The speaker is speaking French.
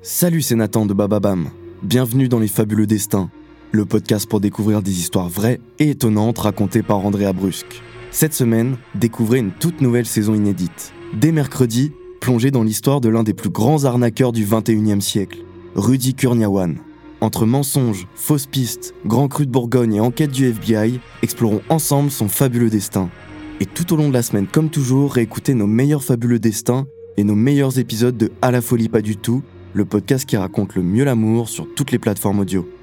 Salut, c'est Nathan de Bababam. Bienvenue dans Les Fabuleux Destins, le podcast pour découvrir des histoires vraies et étonnantes racontées par Andrea Brusque. Cette semaine, découvrez une toute nouvelle saison inédite. Dès mercredi, plongez dans l'histoire de l'un des plus grands arnaqueurs du 21e siècle, Rudy Kurniawan. Entre mensonges, fausses pistes, grands crus de Bourgogne et enquêtes du FBI, explorons ensemble son fabuleux destin. Et tout au long de la semaine, comme toujours, réécoutez nos meilleurs fabuleux destins et nos meilleurs épisodes de À la folie pas du tout, le podcast qui raconte le mieux l'amour sur toutes les plateformes audio.